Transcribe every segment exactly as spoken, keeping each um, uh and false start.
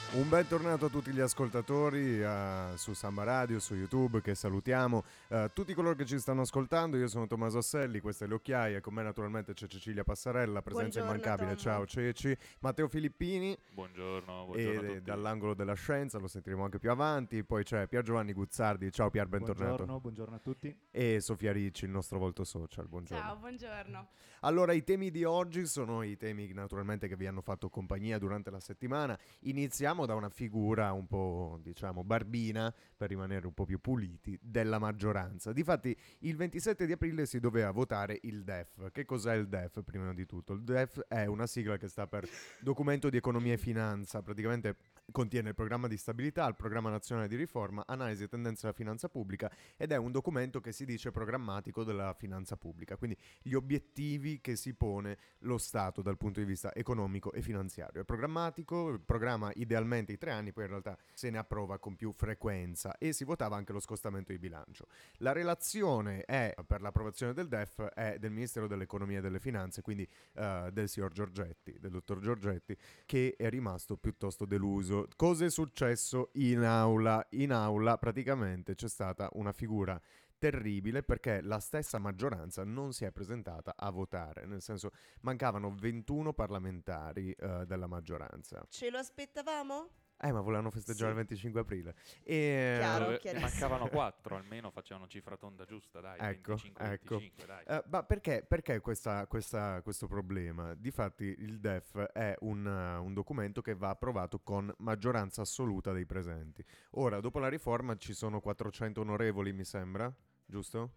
Un bentornato a tutti gli ascoltatori uh, su Samba Radio, su YouTube, che salutiamo, uh, tutti coloro che ci stanno ascoltando. Io sono Tommaso Asselli, queste le occhiaie, con me naturalmente c'è Cecilia Passarella, presenza Buongiorno, immancabile, Tom. ciao Ceci, Matteo Filippini. Buongiorno, buongiorno e a tutti. Dall'angolo della scienza, lo sentiremo anche più avanti. Poi c'è Pier Giovanni Guzzardi, ciao Pier, bentornato. Buongiorno, buongiorno a tutti. E Sofia Ricci, il nostro volto social, buongiorno. Ciao, buongiorno. Allora, i temi di oggi sono i temi naturalmente che vi hanno fatto compagnia durante la settimana. Iniziamo da una figura un po', diciamo, barbina, per rimanere un po' più puliti, della maggioranza. Difatti, il ventisette di aprile si doveva votare il D E F. Che cos'è il D E F, prima di tutto? Il D E F è una sigla che sta per Documento di Economia e Finanza, praticamente contiene il programma di stabilità, il programma nazionale di riforma, analisi e tendenze della finanza pubblica, ed è un documento che si dice programmatico della finanza pubblica, quindi gli obiettivi che si pone lo Stato dal punto di vista economico e finanziario. È programmatico, programma idealmente i tre anni, poi in realtà se ne approva con più frequenza, e si votava anche lo scostamento di bilancio. La relazione è, per l'approvazione del D E F, è del Ministero dell'Economia e delle Finanze, quindi uh, del signor Giorgetti, del dottor Giorgetti, che è rimasto piuttosto deluso. Cosa è successo in aula? In aula praticamente c'è stata una figura terribile, perché la stessa maggioranza non si è presentata a votare, nel senso mancavano ventuno parlamentari uh, della maggioranza. Ce lo aspettavamo? Eh, ma volevano festeggiare Sì. il venticinque aprile. E Chiaro, Dove chiarissimo. mancavano quattro, almeno facevano cifra tonda giusta, dai, Ecco, venticinque, ecco. venticinque, dai. Uh, ma perché, perché questa, questa, questo problema? Difatti il D E F è un, uh, un documento che va approvato con maggioranza assoluta dei presenti. Ora, dopo la riforma ci sono quattrocento onorevoli, mi sembra, giusto?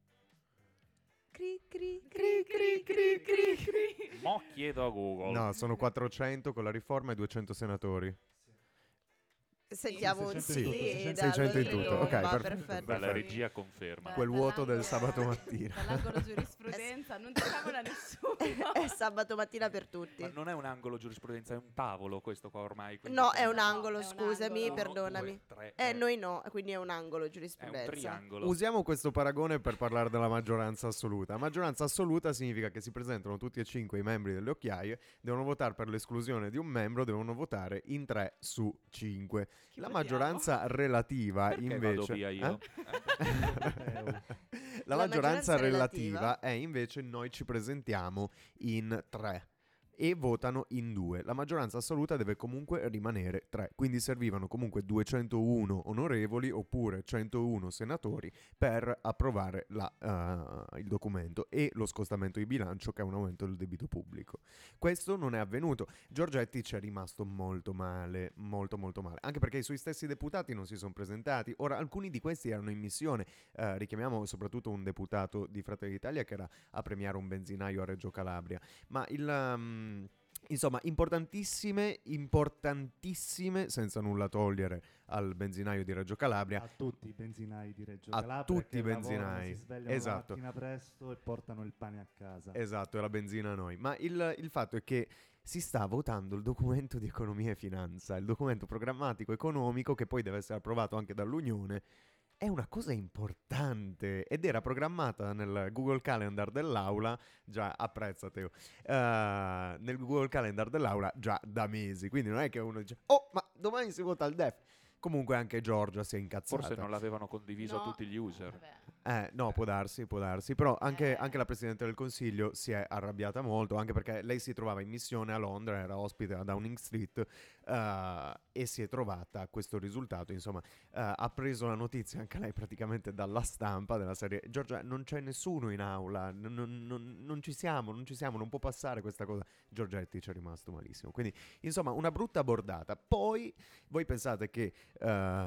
Cri, cri, cri, cri, cri, cri, cri. Mo chiedo a Google. No, sono quattrocento con la riforma e duecento senatori. Sentiamo un Sì, sì, seicento in dalla tutto. tromba, Ok, perfetto, perfetto. Beh, la perfetto. regia conferma. Quel vuoto del sabato mattina. Dall'angolo giurisprudenza, non diciamolo a nessuno. È sabato mattina per tutti. Ma non è un angolo giurisprudenza, è un tavolo questo qua ormai. quindi No, sono è un No, angolo, è un scusami, angolo. perdonami. Uno, due, tre, Eh, eh. noi no, quindi è un angolo È un giurisprudenza. triangolo. Usiamo questo paragone per parlare della maggioranza assoluta. Maggioranza assoluta significa che si presentano tutti e cinque i membri delle occhiaie, devono votare per l'esclusione di un membro, devono votare in tre su cinque. Chi La votiamo? maggioranza relativa Perché invece vado via io? Eh? La, La maggioranza maggioranza relativa relativa è invece noi ci presentiamo in tre e votano in due. La maggioranza assoluta deve comunque rimanere tre, quindi servivano comunque duecentouno onorevoli oppure centouno senatori per approvare la, uh, il documento e lo scostamento di bilancio, che è un aumento del debito pubblico. Questo non è avvenuto. Giorgetti ci è rimasto molto male, molto molto male, anche perché i suoi stessi deputati non si sono presentati. Ora, alcuni di questi erano in missione, uh, richiamiamo soprattutto un deputato di Fratelli d'Italia che era a premiare un benzinaio a Reggio Calabria, ma il... Um, Insomma, importantissime, importantissime, senza nulla togliere al benzinaio di Reggio Calabria. A tutti i benzinai di Reggio A Calabria tutti che i lavorano, benzinai. si svegliano Esatto. la mattina presto e portano il pane a casa. Esatto, è la benzina a noi. Ma il, il fatto è che si sta votando il documento di economia e finanza, il documento programmatico economico che poi deve essere approvato anche dall'Unione. È una cosa importante ed era programmata nel Google Calendar dell'aula, già apprezza Teo, uh, nel Google Calendar dell'aula già da mesi, quindi non è che uno dice oh ma domani si vota il D E F. Comunque anche Giorgia si è incazzata. Forse non l'avevano condiviso No, a tutti gli user. vabbè. Eh, no, può darsi, può darsi, però anche, Eh. anche la Presidente del Consiglio si è arrabbiata molto, anche perché lei si trovava in missione a Londra, era ospite a Downing Street uh, e si è trovata questo risultato, insomma, uh, ha preso la notizia anche lei praticamente dalla stampa della serie, Giorgia, non c'è nessuno in aula, non, non- non- non ci siamo, non ci siamo, non può passare questa cosa. Giorgetti ci è rimasto malissimo, quindi insomma una brutta bordata. Poi voi pensate che uh,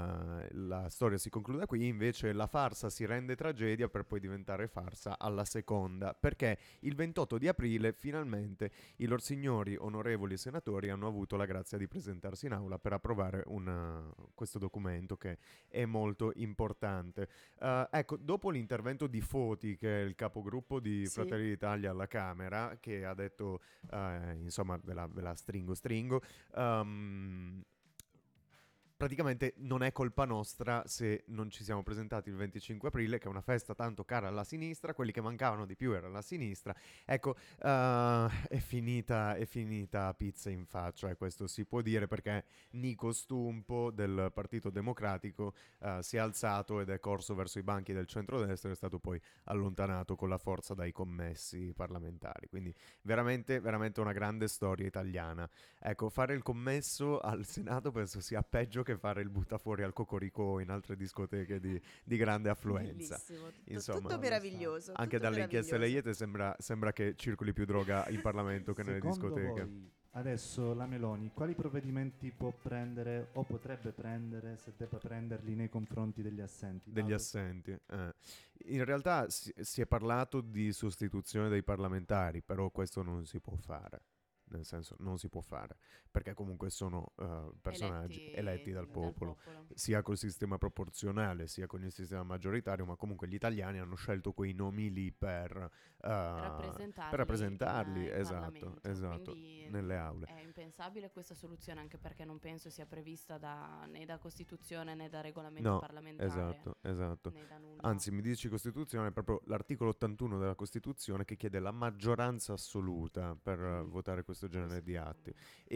la storia si concluda qui, invece la farsa si rende tragedia per poi diventare farsa alla seconda, perché il ventotto di aprile finalmente i lor signori onorevoli senatori hanno avuto la grazia di presentarsi in aula per approvare una, questo documento che è molto importante. Uh, ecco, dopo l'intervento di Foti, che è il capogruppo di Sì. Fratelli d'Italia alla Camera, che ha detto, uh, insomma, ve la, ve la stringo stringo, um, praticamente non è colpa nostra se non ci siamo presentati il venticinque aprile, che è una festa tanto cara alla sinistra, quelli che mancavano di più era la sinistra. Ecco, eh, è finita, è finita a pizza in faccia, e questo si può dire perché Nico Stumpo del Partito Democratico eh, si è alzato ed è corso verso i banchi del centrodestra e è stato poi allontanato con la forza dai commessi parlamentari. Quindi veramente, veramente una grande storia italiana. Ecco, fare il commesso al Senato penso sia peggio che fare il buttafuori al Cocoricò in altre discoteche di, di grande affluenza. Bellissimo, tutto, Insomma, tutto meraviglioso. anche tutto dalle inchieste meraviglioso. Leiete sembra, sembra che circoli più droga in Parlamento che nelle Secondo discoteche. voi, adesso la Meloni quali provvedimenti può prendere o potrebbe prendere, se debba prenderli, nei confronti degli assenti? Degli Dato- assenti. eh. In realtà si, si è parlato di sostituzione dei parlamentari, però questo non si può fare. Nel senso, non si può fare, perché comunque sono eh, personaggi eletti, dal popolo, sia col sistema proporzionale sia con il sistema maggioritario, ma comunque gli italiani hanno scelto quei nomi lì per, eh, rappresentarli, per rappresentarli, in- in esatto, Parlamento. esatto, Quindi nelle aule. È impensabile questa soluzione, anche perché non penso sia prevista da, né da Costituzione né da regolamento No, parlamentare. esatto, esatto. Né da nulla. Anzi, mi dici Costituzione, è proprio l'articolo ottantuno della Costituzione che chiede la maggioranza assoluta per eh, Mm. votare questo genere di atti.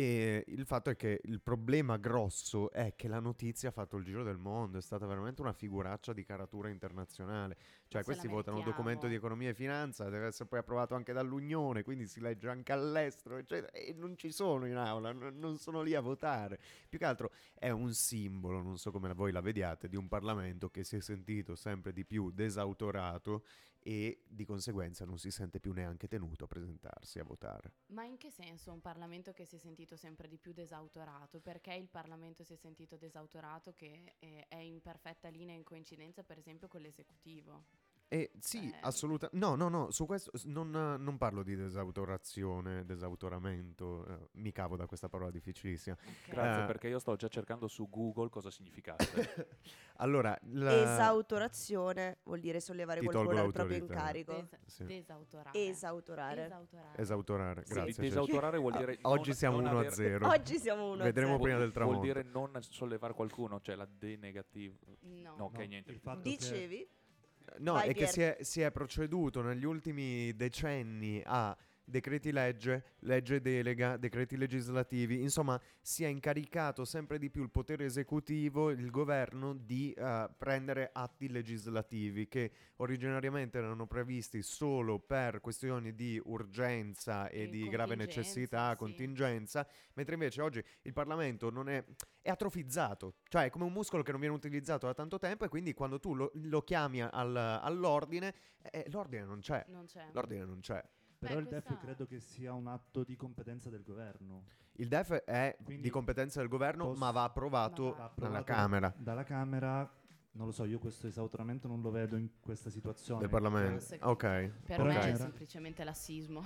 E il fatto è che il problema grosso è che la notizia ha fatto il giro del mondo, è stata veramente una figuraccia di caratura internazionale. Cioè, se questi la votano un documento di mettiamo. economia e finanza, deve essere poi approvato anche dall'Unione, quindi si legge anche all'estero, eccetera, e non ci sono in aula, non, non sono lì a votare. Più che altro è un simbolo, non so come voi la vediate, di un Parlamento che si è sentito sempre di più desautorato e di conseguenza non si sente più neanche tenuto a presentarsi a votare. Ma in che senso un Parlamento che si è sentito sempre di più desautorato? Perché il Parlamento si è sentito desautorato, che eh, è in perfetta linea in coincidenza, per esempio, con l'esecutivo? E sì, Eh. assolutamente. No, no, no, su questo s- non, non parlo di desautorazione, desautoramento, eh, mi cavo da questa parola difficilissima. Ok. Grazie, Eh. perché io sto già cercando su Google cosa significasse. Allora, la- Esautorazione vuol dire sollevare Ti qualcuno tolgo dal proprio l'autorità. incarico. Des- Sì. Desautorare. Esautorare. Esautorare. Esautorare, Sì, grazie. Ceci. desautorare vuol dire Ah, oggi non- siamo non uno a aver- zero. Oggi siamo uno Vedremo a zero. prima del tramonto. Vuol dire non sollevare qualcuno, cioè la D negativa. No. No, ok, No, niente. il fatto che- Dicevi? No, Vai, è che Pier. si è, si è proceduto negli ultimi decenni a decreti legge, legge delega, decreti legislativi, insomma si è incaricato sempre di più il potere esecutivo, il governo, di eh, prendere atti legislativi che originariamente erano previsti solo per questioni di urgenza e E di grave contingenza, necessità, sì. contingenza, mentre invece oggi il Parlamento non è, è atrofizzato, cioè è come un muscolo che non viene utilizzato da tanto tempo e quindi quando tu lo, lo chiami al- all'ordine, eh, l'ordine non c'è, Non c'è. l'ordine non c'è. Però Beh, il D E F questa- credo che sia un atto di competenza del governo. Il D E F è Quindi di competenza del governo, posso- ma va approvato Ma va Va dalla approvato Camera Dalla Camera, non lo so, io questo esautoramento non lo vedo in questa situazione. del Parlamento. se- Ok. Per Però me è c'era- semplicemente lassismo.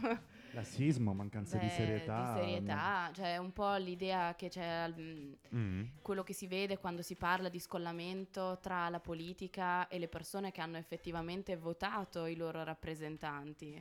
Lassismo, mancanza di Beh, serietà. Di serietà, cioè è un po' l'idea che c'è, mm, Mm. quello che si vede quando si parla di scollamento tra la politica e le persone che hanno effettivamente votato i loro rappresentanti.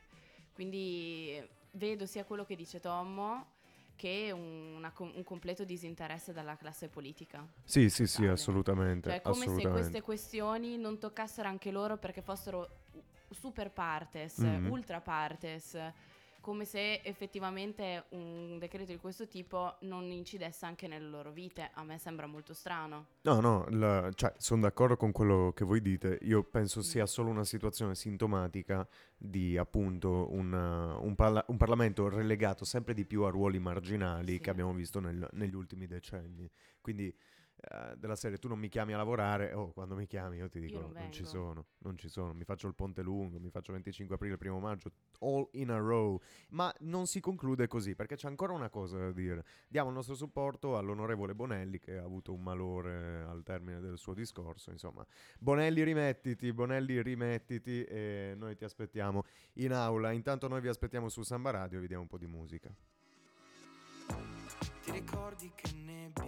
Quindi vedo sia quello che dice Tommo che una com- un completo disinteresse dalla classe politica. Sì, sì, sì, Totale. assolutamente. Cioè è come se assolutamente. queste questioni non toccassero anche loro, perché fossero super partes, Mhm. ultra partes, come se effettivamente un decreto di questo tipo non incidesse anche nelle loro vite. A me sembra molto strano. No, no, la- cioè, sono d'accordo con quello che voi dite. Io penso Mm. sia solo una situazione sintomatica di appunto un, uh, un parla- un Parlamento relegato sempre di più a ruoli marginali Sì. che abbiamo visto nel- negli ultimi decenni. Quindi eh, della serie tu non mi chiami a lavorare, oh, quando mi chiami io ti dico non non, ci vengo." sono, non ci sono, mi faccio il ponte lungo, mi faccio venticinque aprile, primo maggio, all in a row. Ma non si conclude così, perché c'è ancora una cosa da dire. Diamo il nostro supporto all'onorevole Bonelli, che ha avuto un malore al termine del suo discorso. Insomma, Bonelli rimettiti, Bonelli rimettiti, e noi ti aspettiamo in aula. Intanto noi vi aspettiamo su Samba Radio e vi diamo un po' di musica. Ti ricordi che nebbia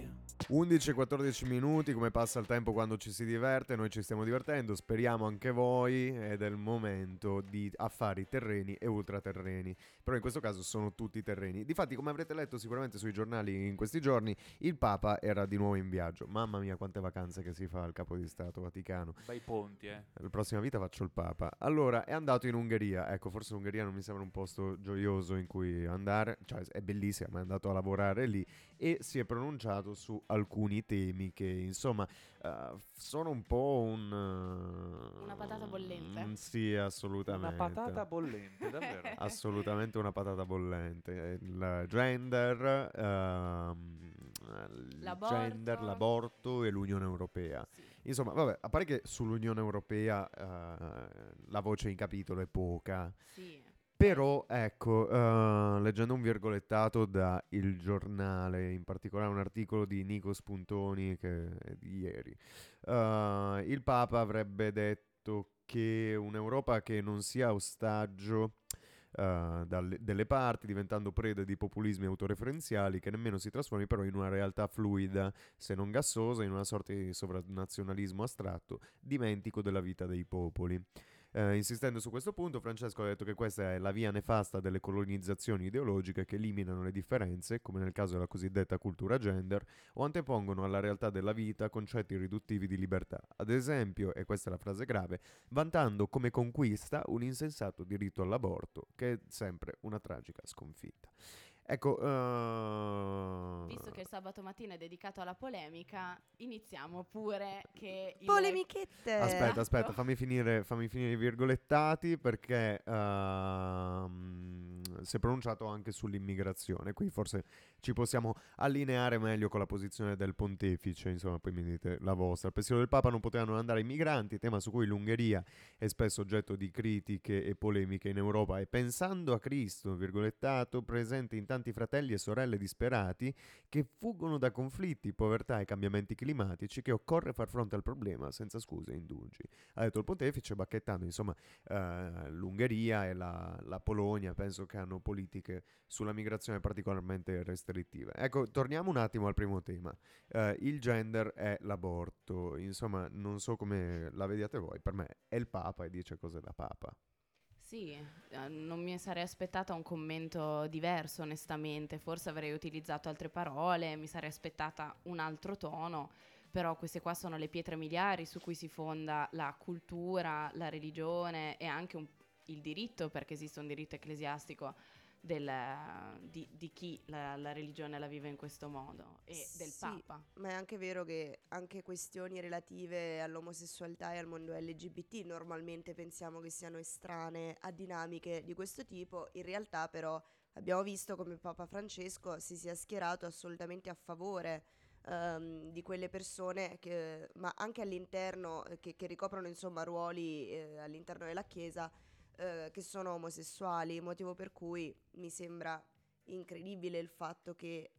undici e quattordici minuti, come passa il tempo quando ci si diverte, noi ci stiamo divertendo, speriamo anche voi, ed è il momento di affari terreni e ultraterreni, però in questo caso sono tutti terreni. Difatti, come avrete letto sicuramente sui giornali in questi giorni, il Papa era di nuovo in viaggio. Mamma mia quante vacanze che si fa al Capo di Stato Vaticano. Bei ponti, eh. La prossima vita faccio il Papa. Allora, è andato in Ungheria. Ecco, forse l'Ungheria non mi sembra un posto gioioso in cui andare, cioè è bellissima, ma è andato a lavorare lì e si è pronunciato su alcuni temi che, insomma, uh, sono un po' un... Uh, Una patata bollente. mm, sì, assolutamente. Una patata bollente, davvero. Assolutamente una patata bollente. Il gender, ehm, il L'aborto. gender, l'aborto e l'Unione Europea. Sì. Insomma, vabbè, a parte che sull'Unione Europea eh, la voce in capitolo è poca. Sì. Però, ecco, eh, leggendo un virgolettato da Il Giornale, in particolare un articolo di Nico Spuntoni che è di ieri, eh, il Papa avrebbe detto che un'Europa che non sia ostaggio eh, dalle, delle parti, diventando preda di populismi autoreferenziali, che nemmeno si trasformi però in una realtà fluida, se non gassosa, in una sorta di sovranazionalismo astratto, dimentico della vita dei popoli. Eh, insistendo su questo punto, Francesco ha detto che questa è la via nefasta delle colonizzazioni ideologiche che eliminano le differenze, come nel caso della cosiddetta cultura gender, o antepongono alla realtà della vita concetti riduttivi di libertà. Ad esempio, e questa è la frase grave, vantando come conquista un insensato diritto all'aborto, che è sempre una tragica sconfitta. Ecco, uh... Visto che il sabato mattina è dedicato alla polemica, iniziamo pure che il... Polemichette. Aspetta, aspetta, Esatto. fammi finire, fammi finire i virgolettati perché ehm, si è pronunciato anche sull'immigrazione. Qui forse ci possiamo allineare meglio con la posizione del pontefice, insomma, poi mi dite la vostra. Il pensiero del Papa: non potevano andare i migranti, tema su cui l'Ungheria è spesso oggetto di critiche e polemiche in Europa, e pensando a Cristo, virgolettato, presente in tanti fratelli e sorelle disperati che fuggono da conflitti, povertà e cambiamenti climatici, che occorre far fronte al problema senza scuse e indugi. Ha detto il pontefice, bacchettando, insomma, eh, l'Ungheria e la, la Polonia penso che hanno politiche sulla migrazione particolarmente restrittive. Ecco, torniamo un attimo al primo tema. Eh, il gender è l'aborto. Insomma, non so come la vediate voi, per me è il Papa e dice cos'è da Papa. Sì, eh, non mi sarei aspettata un commento diverso, onestamente. Forse avrei utilizzato altre parole, mi sarei aspettata un altro tono, però queste qua sono le pietre miliari su cui si fonda la cultura, la religione e anche un- il diritto, perché esiste un diritto ecclesiastico del, di, di chi la, la religione la vive in questo modo, e del Sì, Papa. ma è anche vero che anche questioni relative all'omosessualità e al mondo L G B T normalmente pensiamo che siano estranee a dinamiche di questo tipo. In realtà però abbiamo visto come Papa Francesco si sia schierato assolutamente a favore ehm, di quelle persone che, ma anche all'interno, eh, che, che ricoprono insomma ruoli eh, all'interno della Chiesa, eh, che sono omosessuali, motivo per cui mi sembra incredibile il fatto che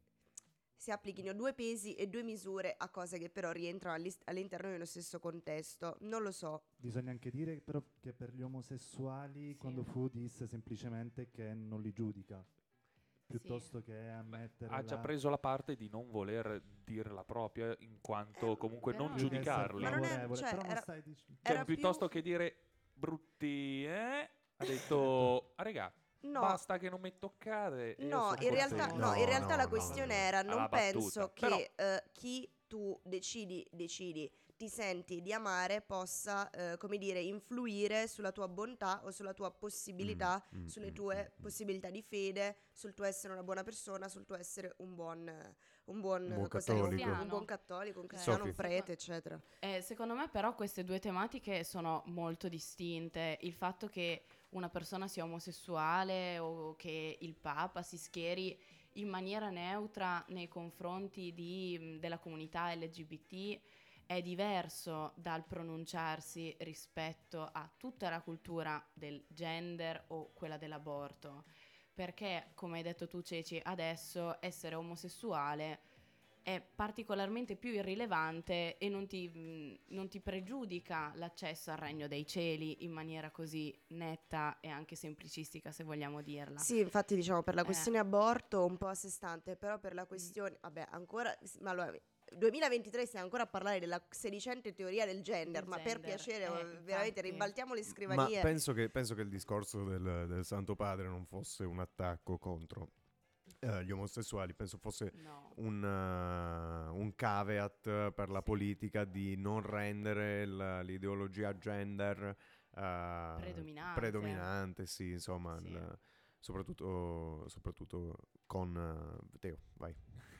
si applichino due pesi e due misure a cose che però rientrano all'is- all'interno di uno stesso contesto. Non lo so. Bisogna anche dire però che per gli omosessuali, Sì. quando fu, disse semplicemente che non li giudica, piuttosto che ammettere Ha già la- preso la parte di non voler dire la propria, in quanto Eh, comunque però non non è giudicarli. Ma non è- favorevole, cioè, però non era- stai dic- Cioè, era più- piuttosto che dire brutti, eh, ha detto, ah regà, No, basta che non mi toccate. e io no, sono in realtà, contento." no, in No, realtà no, la no, questione no. era, Alla non battuta. penso Però- che eh, chi tu decidi, decidi, ti senti di amare possa, eh, come dire, influire sulla tua bontà o sulla tua possibilità, Mm, mm, sulle mm, tue mm, mm. possibilità di fede, sul tuo essere una buona persona, sul tuo essere un buon, un buon, Un buon cos'è? Un- cattolico. un buon cattolico, un Cioè, cristiano, Sofì. un prete, eccetera. Eh, secondo me però queste due tematiche sono molto distinte. Il fatto che una persona sia omosessuale o che il Papa si schieri in maniera neutra nei confronti di, mh, della comunità L G B T è diverso dal pronunciarsi rispetto a tutta la cultura del gender o quella dell'aborto. Perché, come hai detto tu, Ceci, adesso essere omosessuale è particolarmente più irrilevante e non ti, mh, non ti pregiudica l'accesso al regno dei cieli in maniera così netta e anche semplicistica, se vogliamo dirla. Sì, infatti diciamo per la Eh. questione aborto un po' a sé stante, però per la questione, vabbè, ancora, ma allora, duemilaventitré stiamo ancora a parlare della sedicente teoria del gender, Del ma per gender, piacere, eh, veramente infatti. ribaltiamo le Ma scrivanie. penso che, penso che il discorso del, del Santo Padre non fosse un attacco contro eh, gli omosessuali, penso fosse No. un, uh, un caveat per la Sì. politica di non rendere l- l'ideologia gender uh, Predominante. predominante, sì, insomma, Sì. il- soprattutto, soprattutto con uh, Teo, vai.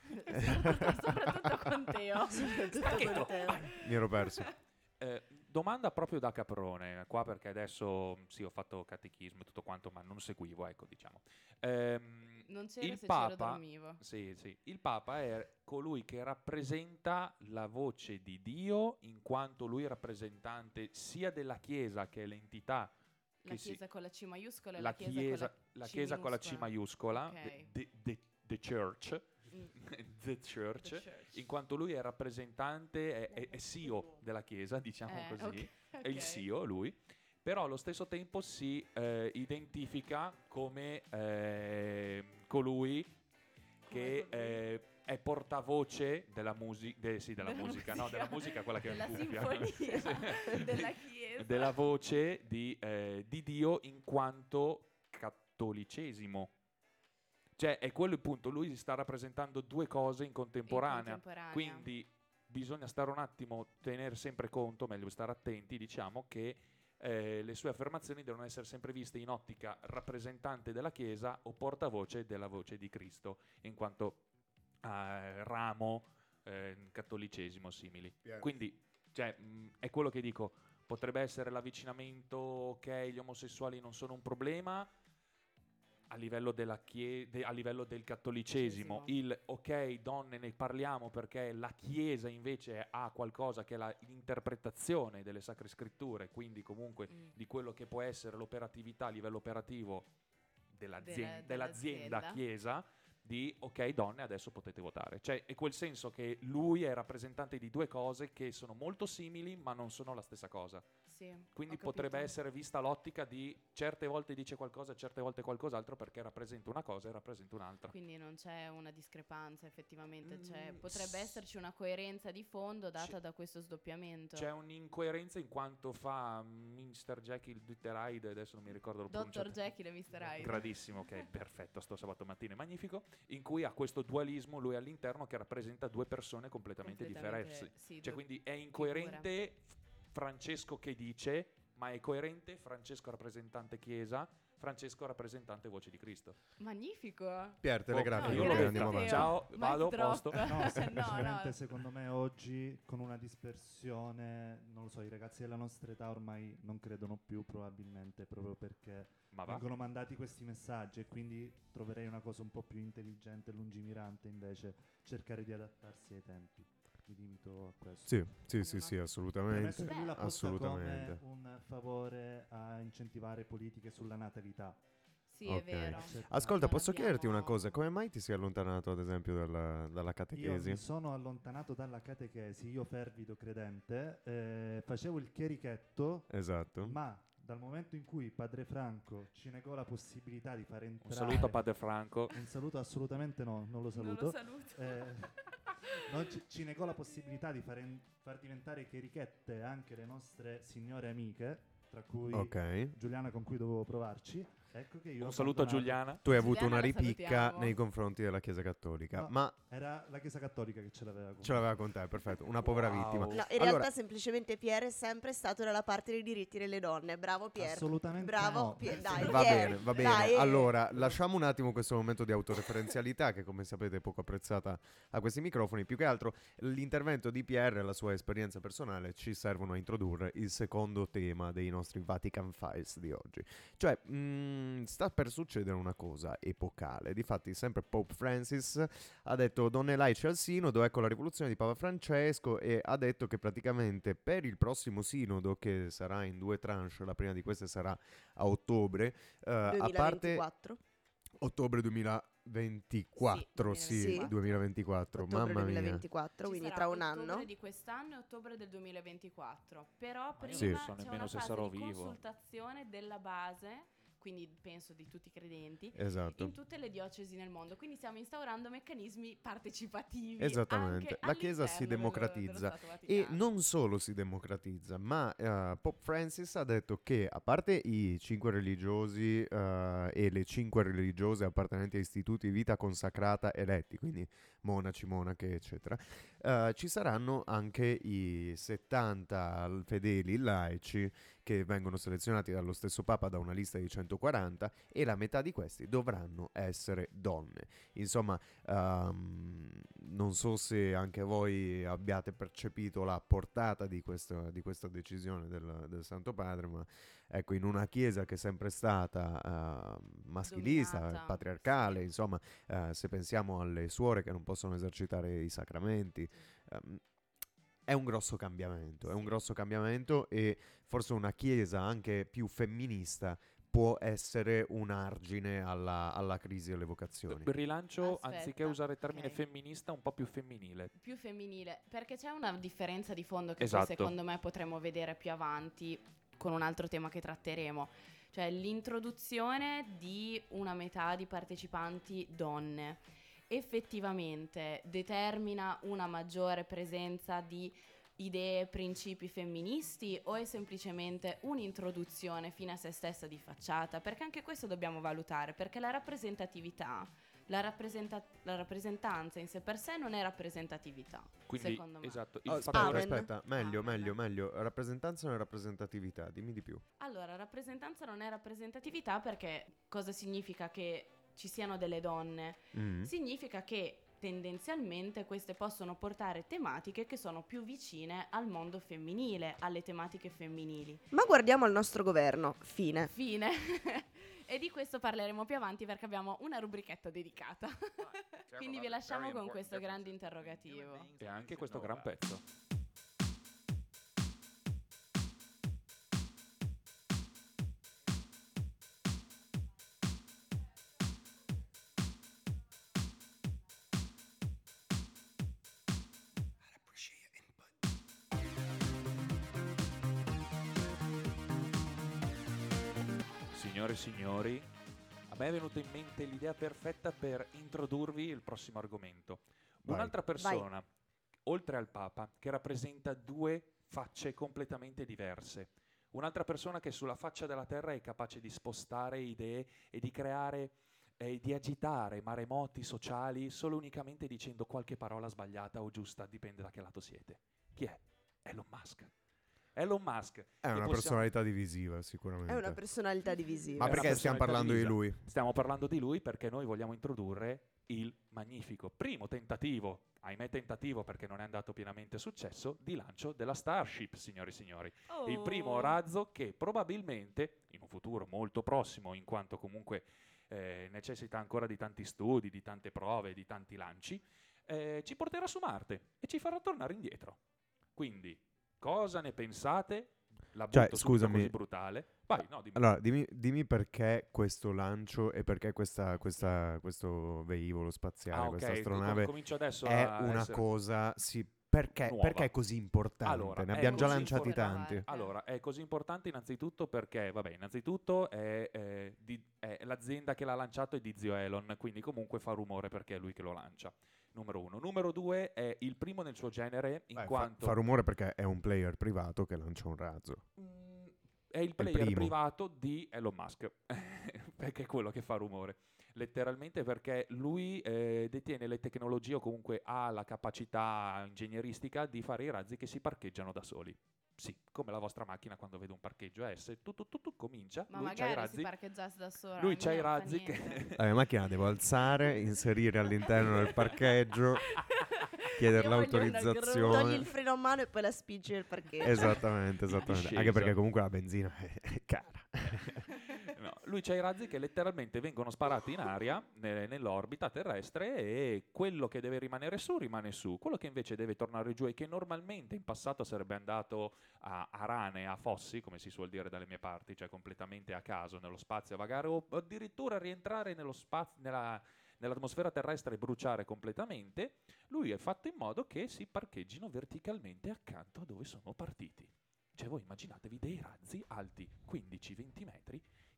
Soprattutto con Teo. Soprattutto con te. Mi ero perso. Eh, domanda proprio da caprone, qua perché adesso sì, ho fatto catechismo e tutto quanto, ma non seguivo, ecco, diciamo. Ehm, Non c'ero il se c'ero Papa, dormivo. sì, sì, il Papa è colui che rappresenta la voce di Dio, in quanto lui è rappresentante sia della Chiesa, che è l'entità La che si- chiesa con la C maiuscola e la la chiesa, Chiesa, con la la C chiesa con la C maiuscola, Ok. the, the- the- the Church, Mm. the Church, The church. in quanto lui è rappresentante, è, è, è C E O della Chiesa, diciamo Eh, così, ok, è il ok. C E O lui, però allo stesso tempo si eh, identifica come eh, colui che colui? eh, è portavoce della, musi- de- sì, della Della musica, no, della musica quella che è della in cuffia. sinfonia Sì. della chiesa. Della voce di, eh, di Dio in quanto cattolicesimo. Cioè è quello il punto, lui sta rappresentando due cose in contemporanea, In contemporanea. quindi bisogna stare un attimo, tenere sempre conto, meglio stare attenti, diciamo, che eh, le sue affermazioni devono essere sempre viste in ottica rappresentante della Chiesa o portavoce della voce di Cristo, in quanto eh, ramo eh, cattolicesimo simili. Yeah. Quindi cioè, mh, è quello che dico, potrebbe essere l'avvicinamento, ok, gli omosessuali non sono un problema, a livello, della chie- de- a livello del cattolicesimo, Cesimo. il ok, donne ne parliamo perché la Chiesa invece ha qualcosa che è la- l'interpretazione delle sacre scritture, quindi comunque Mm. di quello che può essere l'operatività a livello operativo dell'azien- Della- dell'azienda dell'azienda. Chiesa, di ok donne adesso potete votare, cioè è quel senso che lui è rappresentante di due cose che sono molto simili ma non sono la stessa cosa. Sì, Quindi ho potrebbe capito. essere vista l'ottica di certe volte dice qualcosa, certe volte qualcos'altro perché rappresenta una cosa e rappresenta un'altra. Quindi non c'è una discrepanza effettivamente, cioè, Mm, potrebbe s- esserci una coerenza di fondo data C'è- da questo sdoppiamento. C'è un'incoerenza in quanto fa mister Jekyll Doctor Hyde, adesso non mi ricordo lo Doctor pronunciate. Jekyll e mister Hyde. Gradissimo, ok, perfetto, sto sabato mattina è magnifico, in cui ha questo dualismo lui all'interno che rappresenta due persone completamente, Completamente, differenti. sì, Cioè due quindi è incoerente Francesco che dice, ma è coerente Francesco rappresentante Chiesa, Francesco rappresentante voce di Cristo. Magnifico. Pier, telegrafico, io ok, l'ho grazie, andiamo detto. avanti. Teo. Ciao, Mic vado, drop. posto. No, No, semplicemente no. secondo me oggi con una dispersione, non lo so, i ragazzi della nostra età ormai non credono più probabilmente proprio perché Ma va. vengono mandati questi messaggi e quindi troverei una cosa un po' più intelligente e lungimirante invece cercare di adattarsi ai tempi. Mi limito a questo. Sì, sì, sì, No. sì, Premesso assolutamente. che lui l'ha posta assolutamente. come un favore a incentivare politiche sulla natalità. Sì, Ok. è vero. Ascolta, Non posso chiederti una abbiamo- cosa? Come mai ti sei allontanato, ad esempio, dalla, dalla Io catechesi? mi sono allontanato dalla catechesi, io fervido credente, eh, facevo il chierichetto, Esatto. ma dal momento in cui Padre Franco ci negò la possibilità di far Un entrare... saluto a Padre Franco. Un saluto assolutamente no, non lo Non saluto. lo saluto. Eh, non ci, ci negò la possibilità di far, en- far diventare chierichette anche le nostre signore amiche, tra cui Ok. Giuliana con cui dovevo provarci. Ecco che io ho Un saluto a abbandonato- Giuliana. Tu hai avuto Giuliana una la ripicca salutiamo. nei confronti della Chiesa Cattolica, No. ma Era la Chiesa Cattolica che ce l'aveva con ce l'aveva con te, perfetto. Una povera Wow. vittima. No, in Allora- realtà semplicemente Pier è sempre stato dalla parte dei diritti delle donne. Bravo Pier. Assolutamente Bravo no. Pier, dai. Va Pier, bene, va bene. dai. Allora, lasciamo un attimo questo momento di autoreferenzialità che come sapete è poco apprezzata a questi microfoni. Più che altro l'intervento di Pierre e la sua esperienza personale ci servono a introdurre il secondo tema dei nostri Vatican Files di oggi. Cioè, mh, sta per succedere una cosa epocale. Difatti, sempre Pope Francis ha detto donne laici al sinodo, ecco la rivoluzione di Papa Francesco, e ha detto che praticamente per il prossimo sinodo, che sarà in due tranche, la prima di queste sarà a ottobre, eh, a parte duemilaventiquattro. ottobre duemilaventiquattro, sì, Sì, duemilaventiquattro, Ottobre mamma mia. duemilaventiquattro, Ci quindi sarà tra un ottobre anno. di quest'anno e ottobre del duemilaventiquattro. Però Ma io prima non so c'è nemmeno una se fase sarò di vivo. consultazione della base quindi penso di tutti i credenti, Esatto. in tutte le diocesi nel mondo. Quindi stiamo instaurando meccanismi partecipativi. Esattamente, anche la Chiesa si all'interno dello- democratizza dello Stato e Vaticano. non solo si democratizza, ma eh, Pope Francis ha detto che a parte i cinque religiosi eh, e le cinque religiose appartenenti a istituti di vita consacrata eletti, quindi monaci, monache, eccetera, eh, ci saranno anche i settanta fedeli laici che vengono selezionati dallo stesso Papa da una lista di centoquaranta e la metà di questi dovranno essere donne. Insomma, ehm, non so se anche voi abbiate percepito la portata di questa, di questa decisione del, del Santo Padre, ma ecco, in una chiesa che è sempre stata eh, maschilista, Dominata, patriarcale, sì. insomma, eh, se pensiamo alle suore che non possono esercitare i sacramenti, ehm, è un grosso cambiamento, è un Sì. grosso cambiamento e forse una chiesa anche più femminista può essere un argine alla, alla crisi delle vocazioni. Rilancio, Aspetta, anziché usare il termine ok. femminista, un po' più femminile. Più femminile, perché c'è una differenza di fondo che Esatto. poi secondo me potremo vedere più avanti con un altro tema che tratteremo, cioè l'introduzione di una metà di partecipanti donne effettivamente determina una maggiore presenza di idee, principi femministi o è semplicemente un'introduzione fine a se stessa di facciata? Perché anche questo dobbiamo valutare, perché la rappresentatività, la, rappresenta- la rappresentanza in sé per sé non è rappresentatività, Quindi, secondo me. esatto, il Oh, aspetta, fattore... Amen. aspetta, meglio, Amen. meglio, meglio. Rappresentanza e rappresentatività, dimmi di più. Allora, rappresentanza non è rappresentatività perché cosa significa che ci siano delle donne? Mm. Significa che tendenzialmente queste possono portare tematiche che sono più vicine al mondo femminile, alle tematiche femminili. Ma guardiamo al nostro governo. Fine. Fine. E di questo parleremo più avanti perché abbiamo una rubrichetta dedicata. Quindi vi lasciamo con questo grande interrogativo. E anche questo gran pezzo. Signore e signori, a me è venuta in mente l'idea perfetta per introdurvi il prossimo argomento. Vai. Un'altra persona, oltre al Papa, che rappresenta due facce completamente diverse. Un'altra persona che sulla faccia della terra è capace di spostare idee e di creare e di agitare maremoti sociali solo unicamente dicendo qualche parola sbagliata o giusta, dipende da che lato siete. Chi è? Elon Musk. Elon Musk. È che una possiamo- personalità divisiva, sicuramente. È una personalità divisiva. Ma è una perché stiamo personalità parlando di divisa. lui? Stiamo parlando di lui perché noi vogliamo introdurre il magnifico primo tentativo, ahimè tentativo perché non è andato pienamente a successo, di lancio della Starship, signori e signori. Oh. Il primo razzo che probabilmente, in un futuro molto prossimo, in quanto comunque eh, necessita ancora di tanti studi, di tante prove, di tanti lanci, eh, ci porterà su Marte e ci farà tornare indietro. Quindi, cosa ne pensate? La butto Cioè, subito scusami. così brutale. Vai, no, dimmi. Allora, dimmi, dimmi perché questo lancio e perché questa, questa- questo velivolo spaziale, Ah, ok, questa com- astronave comincio adesso è a una essere- cosa, sì, perché, nuova. perché è così importante? Allora, ne è abbiamo già così lanciati importante. tanti. Allora, è così importante innanzitutto perché, vabbè, innanzitutto è, è di- è l'azienda che l'ha lanciato è di zio Elon, quindi comunque fa rumore perché è lui che lo lancia. Numero uno. Numero due, è il primo nel suo genere in Beh, fa- quanto fa, rumore perché è un player privato che lancia un razzo. mm, è il player primo. privato di Elon Musk, perché è quello che fa rumore. Letteralmente perché lui eh, detiene le tecnologie o comunque ha la capacità ingegneristica di fare i razzi che si parcheggiano da soli. Sì, come la vostra macchina quando vede un parcheggio S, tu, tu, tu, tu comincia, Ma lui c'ha i magari si razzi, parcheggiasse da sola. lui non c'ha i me ne fa razzi niente. che... La mia macchina devo alzare, inserire all'interno del parcheggio, chiedere Io voglio una l'autorizzazione. Togli il freno a mano e poi la spingi nel parcheggio. Esattamente, esattamente. Anche Discesa. perché comunque la benzina è, è cara. No, lui c'ha i razzi che letteralmente vengono sparati in aria ne- nell'orbita terrestre e quello che deve rimanere su rimane su, quello che invece deve tornare giù e che normalmente in passato sarebbe andato a, a rane, a fossi, come si suol dire dalle mie parti, cioè completamente a caso nello spazio a vagare o addirittura rientrare nello spazio, nella, nell'atmosfera terrestre e bruciare completamente, lui è fatto in modo che si parcheggino verticalmente accanto a dove sono partiti. Cioè voi immaginatevi dei razzi alti quindici venti metri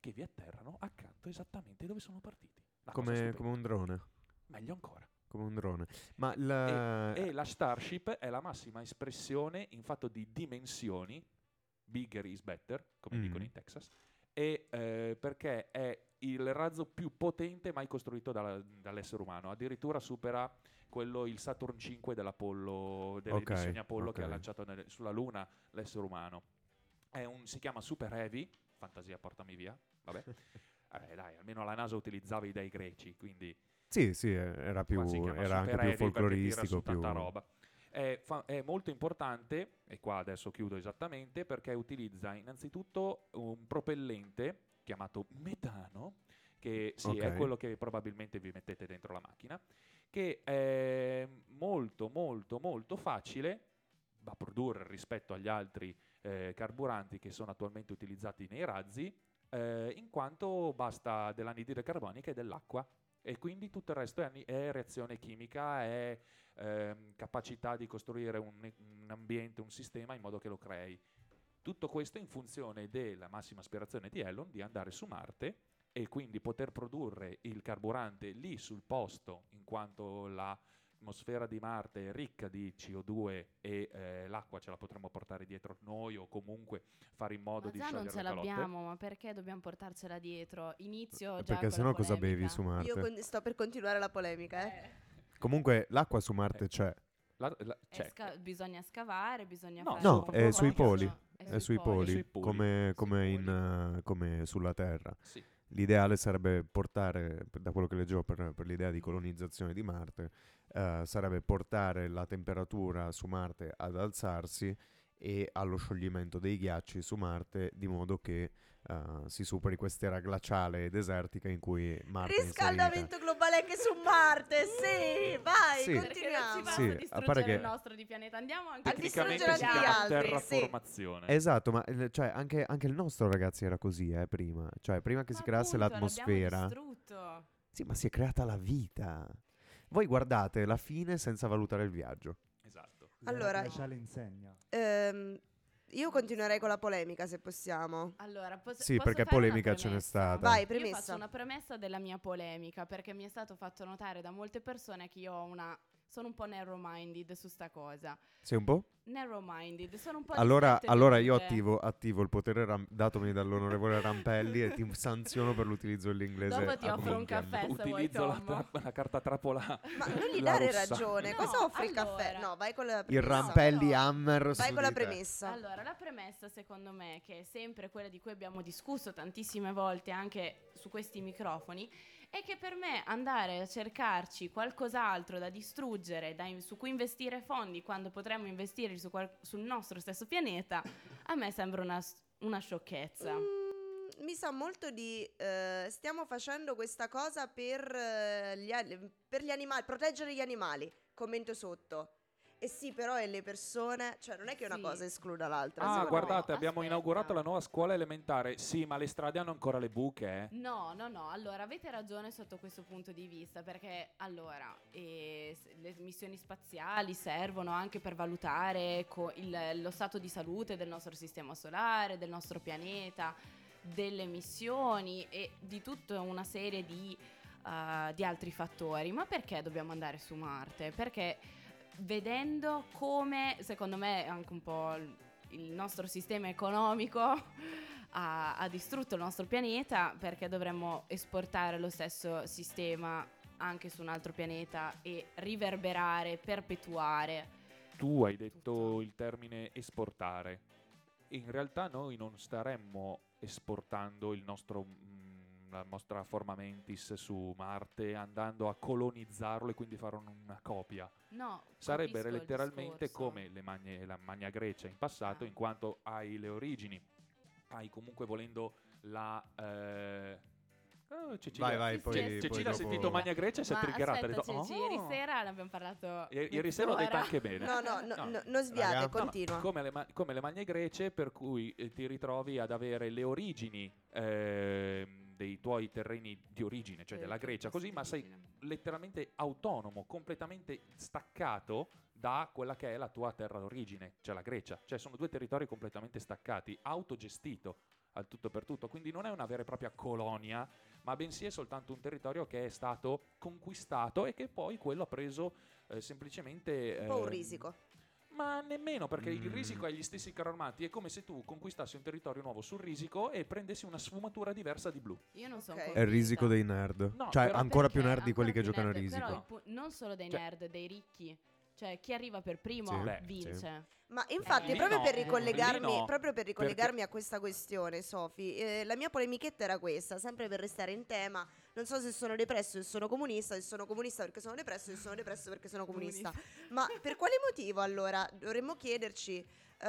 che vi atterrano accanto esattamente dove sono partiti. Una cosa Come, stupenda. come un drone. Meglio ancora. Come un drone. Ma la... E, e la Starship è la massima espressione in fatto di dimensioni, bigger is better, come Mm. dicono in Texas, e eh, perché è il razzo più potente mai costruito dalla- dall'essere umano, addirittura supera quello, il Saturn cinque dell'Apollo, delle Ok, missioni Apollo ok. che ha lanciato nel- sulla Luna l'essere umano. È un, si chiama Super Heavy, fantasia portami via, vabbè. Eh, dai, almeno la NASA utilizzava i dei greci, quindi Sì, sì, eh, era, più, qua si chiama era anche Super più Heavy perché tira folcloristico. su Più... tanta roba. È, fa- è molto importante, e qua adesso chiudo esattamente, perché utilizza innanzitutto un propellente chiamato metano, che sì, è Ok. quello che probabilmente vi mettete dentro la macchina, che è molto molto molto facile da produrre rispetto agli altri eh, carburanti che sono attualmente utilizzati nei razzi, eh, in quanto basta dell'anidride carbonica e dell'acqua, e quindi tutto il resto è, ani- è reazione chimica, è ehm, capacità di costruire un, un ambiente, un sistema in modo che lo crei. Tutto questo in funzione della massima aspirazione di Elon di andare su Marte e quindi poter produrre il carburante lì sul posto, in quanto l'atmosfera di Marte è ricca di C O due e eh, l'acqua ce la potremmo portare dietro noi, o comunque fare in modo Ma di già non sciogliere ce le calotte. l'abbiamo, ma perché dobbiamo portarcela dietro? Inizio già Perché con sennò la cosa bevi polemica. su Marte? Io con- sto per continuare la polemica, eh. Eh, Comunque l'acqua su Marte Eh, c'è. La- la- è c'è. sca- bisogna scavare, bisogna No, fare No, un po' è un sui pozzo, poli. è È sui poli, Sui poli. come, Sui come in, poli. eh, come sulla Terra. Sì. L'ideale sarebbe portare, da quello che leggevo per, per l'idea di colonizzazione di Marte, eh, sarebbe portare la temperatura su Marte ad alzarsi e allo scioglimento dei ghiacci su Marte, di modo che eh, si superi quest'era glaciale e desertica in cui Marte è inserita. Riscaldamento globale anche su Marte, sì, vai, Sì. Perché non ci continuiamo. basta Sì, a distruggere parte che- il nostro di pianeta, andiamo anche A Tecnicamente distruggere si anche gli chiama altri, terraformazione. Esatto, ma eh, cioè, anche, anche il nostro, ragazzi, era così, eh, prima. Cioè, prima che Ma si creasse appunto, l'atmosfera. l'abbiamo distrutto. Sì, ma si è creata la vita. Voi guardate la fine senza valutare il viaggio. Esatto. Allora- La glaciale insegna. Ehm, io continuerei con la polemica, se possiamo. Allora, pos- Sì, posso perché fare una polemica ce n'è premessa? stata. Vai, Io premessa. faccio una premessa della mia polemica, perché mi è stato fatto notare da molte persone che io ho una sono un po' narrow-minded su sta cosa. Sei un po'? Narrow-minded, sono un po' Allora, distratte allora io vedute. attivo, attivo il potere ram- datomi dall'onorevole Rampelli e ti sanziono per l'utilizzo dell'inglese. Dopo ti ad offro un minchiam. caffè se vuoi, Utilizzo la, Tom. tra- la carta trappola. Ma non gli la dare rossa. ragione, No, cosa offri il caffè? allora. No, vai con la Il premessa. Rampelli però- Hammer Vai su con la di te. premessa. Allora, la premessa secondo me, che è sempre quella di cui abbiamo discusso tantissime volte anche su questi microfoni, è che per me andare a cercarci qualcos'altro da distruggere, da in- su cui investire fondi quando potremmo investirli su qual- sul nostro stesso pianeta, a me sembra una, s- una sciocchezza. Mm, mi sa molto di eh, stiamo facendo questa cosa per, eh, gli, an- per gli animali, proteggere gli animali. Commento sotto. E sì, però e le persone, cioè non è che una Sì. cosa escluda l'altra. Ah, secondo guardate, me. abbiamo aspetta. inaugurato la nuova scuola elementare. Sì, ma le strade hanno ancora le buche, eh. No, no, no, allora avete ragione sotto questo punto di vista, perché allora eh, s- le missioni spaziali servono anche per valutare co- il- lo stato di salute del nostro sistema solare, del nostro pianeta, delle missioni e di tutta una serie di, uh, di altri fattori. Ma perché dobbiamo andare su Marte? Perché vedendo come, secondo me, anche un po' il il nostro sistema economico ha, ha distrutto il nostro pianeta, perché dovremmo esportare lo stesso sistema anche su un altro pianeta e riverberare, perpetuare. Tu hai detto Tutto. il termine esportare. In realtà noi non staremmo esportando il nostro, mm, la nostra forma mentis su Marte, andando a colonizzarlo e quindi fare un- una copia. No, Sarebbe capisco il letteralmente discorso. come le magne- la Magna Grecia in passato, Ah. in quanto hai le origini, hai comunque volendo la... Eh... oh, Cecilia, Vai, vai, Sì, poi, sì, poi Cecilia ha dopo- sentito Magna Grecia e si è Ma triggerata. Ha aspetta, detto, Ceci, "Oh!" ieri sera ne abbiamo parlato Ieri, ieri sera l'ho detta mezz'ora. anche bene. No, no, no, No. no, non sviate, Raga. No, no, continua. come, le ma- come le Magne Grece, per cui eh, ti ritrovi ad avere le origini ehm, dei tuoi terreni di origine, cioè Del della tuo Grecia, posto così, di ma sei origine. letteralmente autonomo, completamente staccato da quella che è la tua terra d'origine, cioè la Grecia. Cioè sono due territori completamente staccati, autogestito. al tutto per tutto. Quindi non è una vera e propria colonia, ma bensì è soltanto un territorio che è stato conquistato e che poi quello ha preso eh, semplicemente... Un po' un ehm, risico. Ma nemmeno, perché il Mm. risico ha gli stessi carri armati. È come se tu conquistassi un territorio nuovo sul risico e prendessi una sfumatura diversa di blu. Io non sono Ok. È il risico dei nerd. No, cioè, però- ancora più Perché nerd di quelli ancora che più giocano a nerd, risico. Però il pu- non solo dei Cioè- nerd, dei ricchi. Cioè, chi arriva per primo Sì. Beh, vince. Ma infatti, lì proprio, no, per lì ricollegarmi, no, proprio per ricollegarmi perché- a questa questione, Sofi, eh, la mia polemichetta era questa, sempre per restare in tema. Non so se sono depresso e sono comunista, se sono comunista perché sono depresso, se sono depresso perché sono comunista. Ma per quale motivo allora dovremmo chiederci?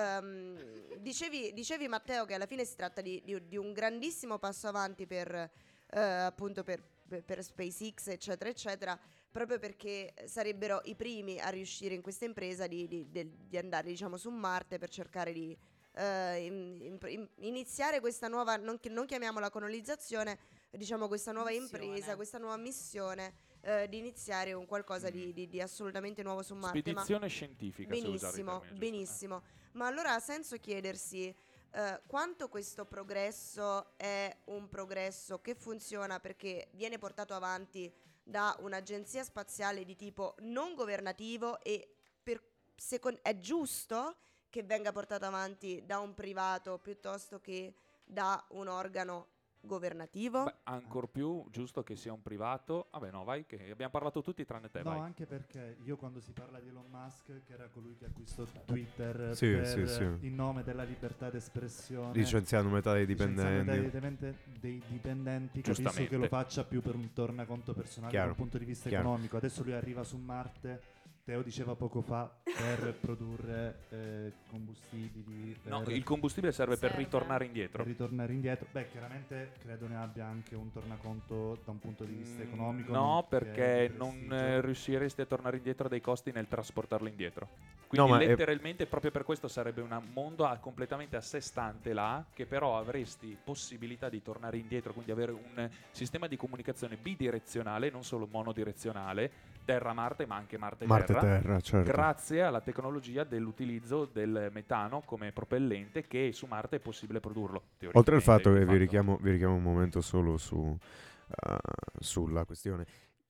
ehm, dicevi, dicevi Matteo che alla fine si tratta di, di- di un grandissimo passo avanti per eh, appunto per, per, per SpaceX, eccetera, eccetera. Proprio perché sarebbero i primi a riuscire in questa impresa di, di- del- di andare, diciamo, su Marte per cercare di eh, in- in- in- iniziare questa nuova, non, chi- non chiamiamola colonizzazione, diciamo questa nuova Missione. impresa, questa nuova missione eh, di iniziare un qualcosa di, di- di assolutamente nuovo su Marte. Ma Spedizione scientifica, se usare il benissimo, termine giusto. benissimo. Ma allora ha senso chiedersi eh, quanto questo progresso è un progresso che funziona perché viene portato avanti da un'agenzia spaziale di tipo non governativo e per, secon- è giusto che venga portato avanti da un privato piuttosto che da un organo governativo? Beh, ancor più giusto che sia un privato. Vabbè, no, vai, che abbiamo parlato tutti tranne te, No, vai. anche perché io quando si parla di Elon Musk, che era colui che acquistò Twitter Sì, per, sì, sì. in nome della libertà d'espressione, Licenziando metà dei licenziando dipendenti. dei, dipende- dei dipendenti, capisco Giustamente. che lo faccia più per un tornaconto personale Chiaro, dal punto di vista chiaro. economico. Adesso lui arriva su Marte, Teo diceva poco fa, per produrre eh, combustibili, per, No, il combustibile serve, per Serve. ritornare indietro. per ritornare indietro. Beh, chiaramente credo ne abbia anche un tornaconto da un punto di vista Mm, economico. No, non- che è perché di non prestigio. eh, riusciresti a tornare indietro dei costi nel trasportarlo indietro. Quindi No, ma è- letteralmente proprio per questo sarebbe un mondo a- completamente a sé stante là, che però avresti possibilità di tornare indietro, quindi avere un sistema di comunicazione bidirezionale, non solo monodirezionale, Terra-Marte, ma anche Marte-Terra. Marte-Terra, certo. Grazie alla tecnologia dell'utilizzo del metano come propellente, che su Marte è possibile produrlo. Oltre al fatto teoricamente, che di vi fatto. richiamo, vi richiamo un momento solo su, eh, sulla questione.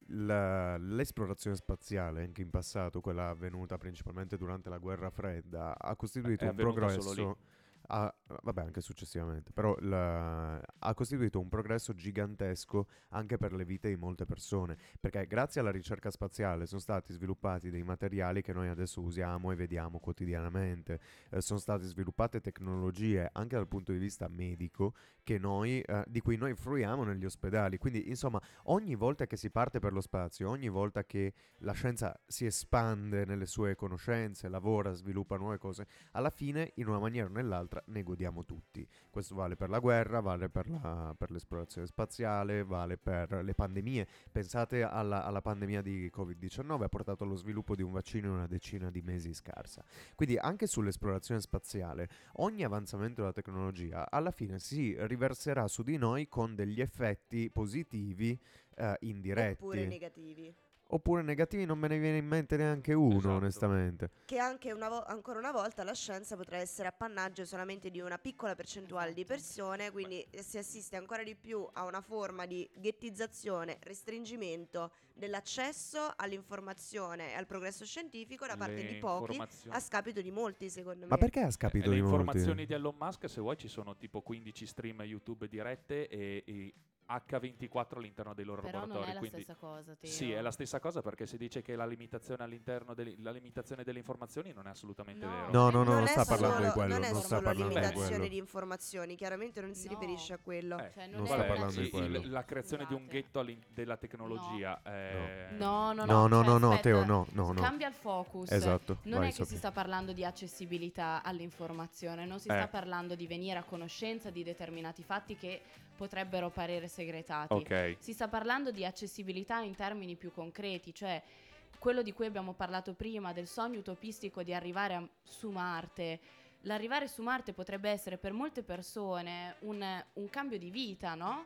La- l'esplorazione spaziale, anche in passato, quella avvenuta principalmente durante la guerra fredda, ha costituito È un avvenuta solo progresso. ha- vabbè, anche successivamente, però la- ha costituito un progresso gigantesco anche per le vite di molte persone, perché grazie alla ricerca spaziale sono stati sviluppati dei materiali che noi adesso usiamo e vediamo quotidianamente, eh, sono state sviluppate tecnologie anche dal punto di vista medico che noi, eh, di cui noi fruiamo negli ospedali, quindi insomma ogni volta che si parte per lo spazio, ogni volta che la scienza si espande nelle sue conoscenze, lavora, sviluppa nuove cose, alla fine in una maniera o nell'altra ne godiamo tutti. Questo vale per la guerra, vale per, la- per l'esplorazione spaziale, vale per le pandemie. Pensate alla, alla pandemia di covid diciannove, ha portato allo sviluppo di un vaccino in una decina di mesi scarsa. Quindi anche sull'esplorazione spaziale ogni avanzamento della tecnologia alla fine si riverserà su di noi con degli effetti positivi eh, indiretti. Oppure negativi. Oppure negativi non me ne viene in mente neanche uno, Esatto. onestamente. Che anche una vo- ancora una volta la scienza potrà essere appannaggio solamente di una piccola percentuale di persone, quindi si assiste ancora di più a una forma di ghettizzazione, restringimento dell'accesso all'informazione e al progresso scientifico da parte Le di pochi informazioni- a scapito di molti, secondo me. Ma perché a Eh, scapito le di informazioni molti? di Elon Musk, se vuoi, ci sono tipo quindici stream YouTube dirette e, e acca ventiquattro all'interno dei loro Però non laboratori. è la quindi stessa cosa, Teo. sì, è la stessa cosa, perché si dice che la limitazione all'interno delle, la limitazione delle informazioni non è assolutamente No. vero. No, no, no, non non è sta parlando solo- di quello, non è non sta solo parlando di limitazione quello. di informazioni, chiaramente non si No. riferisce a quello. Eh, Cioè, non non sta è Vabbè, parlando di sì, quello. il- la creazione di un Scusate. ghetto all'in- della tecnologia. eh, No, no, no. No, no, cioè, no, no, aspetta, Teo, no, no, no. Cambia il focus. Esatto, Non vai, è che Sofia. si sta parlando di accessibilità all'informazione, non si Eh. sta parlando di venire a conoscenza di determinati fatti che potrebbero parere segretati. ok. Si sta parlando di accessibilità in termini più concreti, cioè quello di cui abbiamo parlato prima, del sogno utopistico di arrivare a- su Marte. L'arrivare su Marte potrebbe essere per molte persone un, un cambio di vita, no?